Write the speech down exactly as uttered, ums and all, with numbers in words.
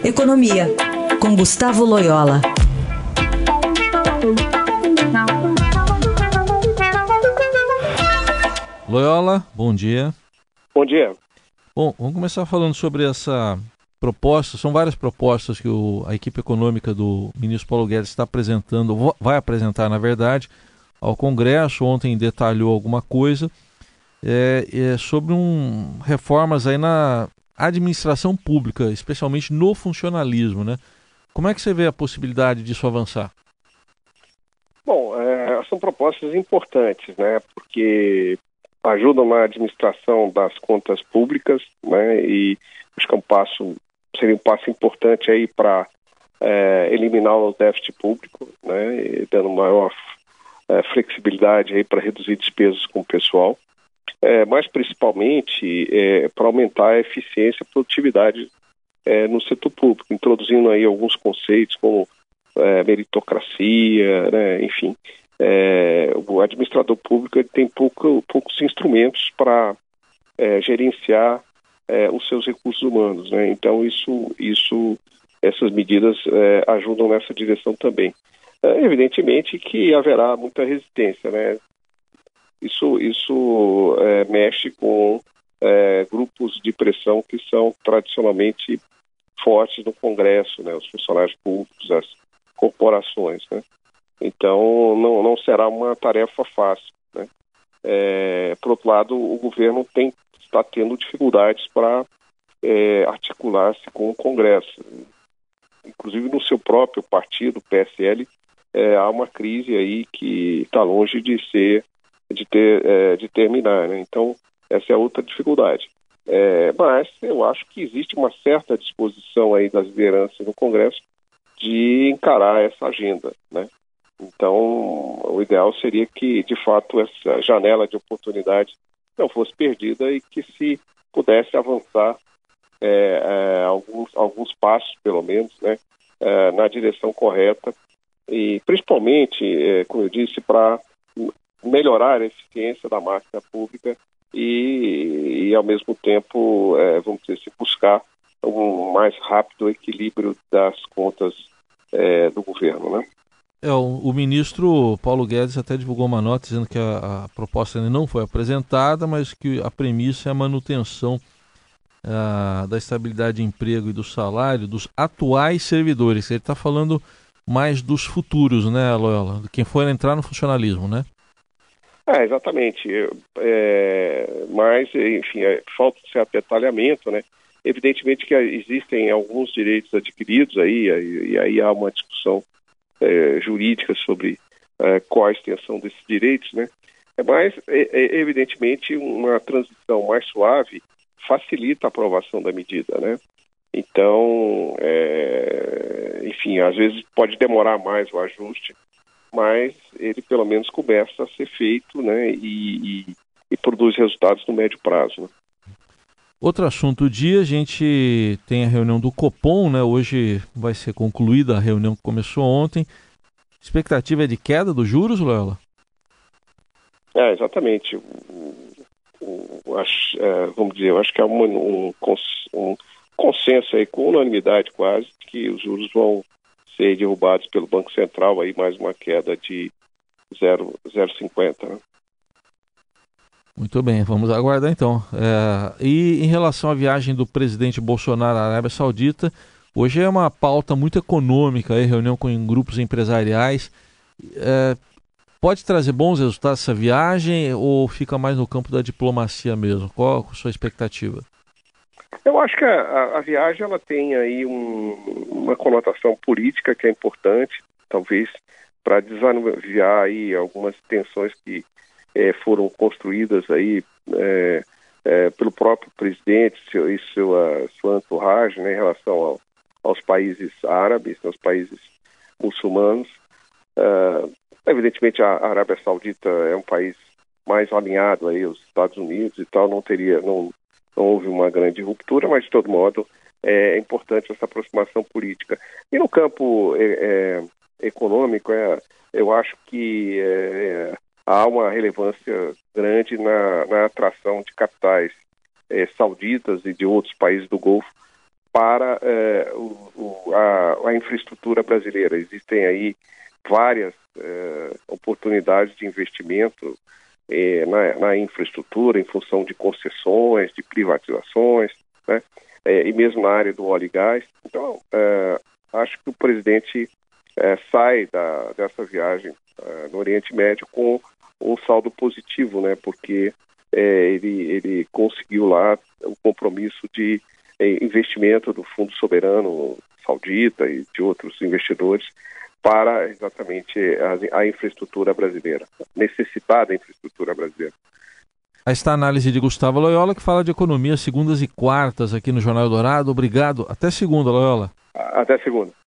Economia, com Gustavo Loyola. Loyola, bom dia. Bom dia. Bom, vamos começar falando sobre essa proposta. São várias propostas que o, a equipe econômica do ministro Paulo Guedes está apresentando, vai apresentar, na verdade, ao Congresso. Ontem detalhou alguma coisa é, é sobre um, reformas aí na administração pública, especialmente no funcionalismo, né? Como é que você vê a possibilidade disso avançar? Bom, é, são propostas importantes, né? Porque ajudam na administração das contas públicas, né? E acho que é um passo, seria um passo importante aí para é, eliminar o déficit público, né? E dando maior é, flexibilidade aí para reduzir despesas com o pessoal, é, mas principalmente é, para aumentar a eficiência e a produtividade é, no setor público, introduzindo aí alguns conceitos como é, meritocracia, né? Enfim. É, o administrador público ele tem pouco, poucos instrumentos para é, gerenciar é, os seus recursos humanos, né? Então isso, isso, essas medidas é, ajudam nessa direção também. É, evidentemente que haverá muita resistência, né? Isso, isso é, mexe com é, grupos de pressão que são tradicionalmente fortes no Congresso, né? Os funcionários públicos, as corporações, né? Então, não, não será uma tarefa fácil, né? É, por outro lado, o governo tem, está tendo dificuldades para é, articular-se com o Congresso. Inclusive, no seu próprio partido, P S L, é, há uma crise aí que está longe de ser, de, ter, é, de terminar, né? Então, essa é outra dificuldade. É, mas eu acho que existe uma certa disposição aí das lideranças no Congresso de encarar essa agenda, né? Então, o ideal seria que, de fato, essa janela de oportunidade não fosse perdida e que se pudesse avançar é, é, alguns, alguns passos, pelo menos, né, é, na direção correta e, principalmente, é, como eu disse, para melhorar a eficiência da máquina pública e, e ao mesmo tempo, é, vamos dizer, se buscar um mais rápido equilíbrio das contas é, do governo, né? É, o, o ministro Paulo Guedes até divulgou uma nota dizendo que a, a proposta ainda não foi apresentada, mas que a premissa é a manutenção a, da estabilidade de emprego e do salário dos atuais servidores. Ele está falando mais dos futuros, né, Loyola? De quem for entrar no funcionalismo, né? É, exatamente. É, mas, enfim, é, falta certo detalhamento, né? Evidentemente que existem alguns direitos adquiridos aí, e, e aí há uma discussão É, jurídica sobre é, qual a extensão desses direitos, né? Mas, é, é, evidentemente, uma transição mais suave facilita a aprovação da medida, né? Então, é, enfim, às vezes pode demorar mais o ajuste, mas ele pelo menos começa a ser feito, né? E, e, e produz resultados no médio prazo, né? Outro assunto do dia, a gente tem a reunião do Copom, né? Hoje vai ser concluída a reunião que começou ontem. Expectativa é de queda dos juros, Loyola? É, exatamente. O, o, acho, é, vamos dizer, eu acho que há uma, um, um consenso aí, com unanimidade quase, que os juros vão ser derrubados pelo Banco Central, aí mais uma queda de zero vírgula cinquenta, né? Muito bem, vamos aguardar então. É, e em relação à viagem do presidente Bolsonaro à Arábia Saudita, hoje é uma pauta muito econômica, aí, reunião com grupos empresariais. É, pode trazer bons resultados essa viagem ou fica mais no campo da diplomacia mesmo? Qual a sua expectativa? Eu acho que a, a viagem ela tem aí um, uma conotação política que é importante, talvez para desanuviar aí algumas tensões que É, foram construídas aí é, é, pelo próprio presidente seu, e sua, sua entourage, né, em relação ao, aos países árabes, aos países muçulmanos. Uh, evidentemente a Arábia Saudita é um país mais alinhado aí aos Estados Unidos e tal, não teria, não, não houve uma grande ruptura, mas de todo modo é importante essa aproximação política. E no campo é, é, econômico, é, eu acho que é, há uma relevância grande na, na atração de capitais eh, sauditas e de outros países do Golfo para é, o, o, a, a infraestrutura brasileira. Existem aí várias é, oportunidades de investimento é, na, na infraestrutura, em função de concessões, de privatizações, né? É, e mesmo na área do óleo e gás. Então, é, acho que o presidente é, sai da, dessa viagem é, no Oriente Médio com um saldo positivo, né? Porque é, ele, ele conseguiu lá o compromisso de é, investimento do Fundo Soberano Saudita e de outros investidores para exatamente a, a infraestrutura brasileira, necessitar da infraestrutura brasileira. Aí está a análise de Gustavo Loyola, que fala de economia segundas e quartas aqui no Jornal Eldorado. Obrigado. Até segunda, Loyola. Até segunda.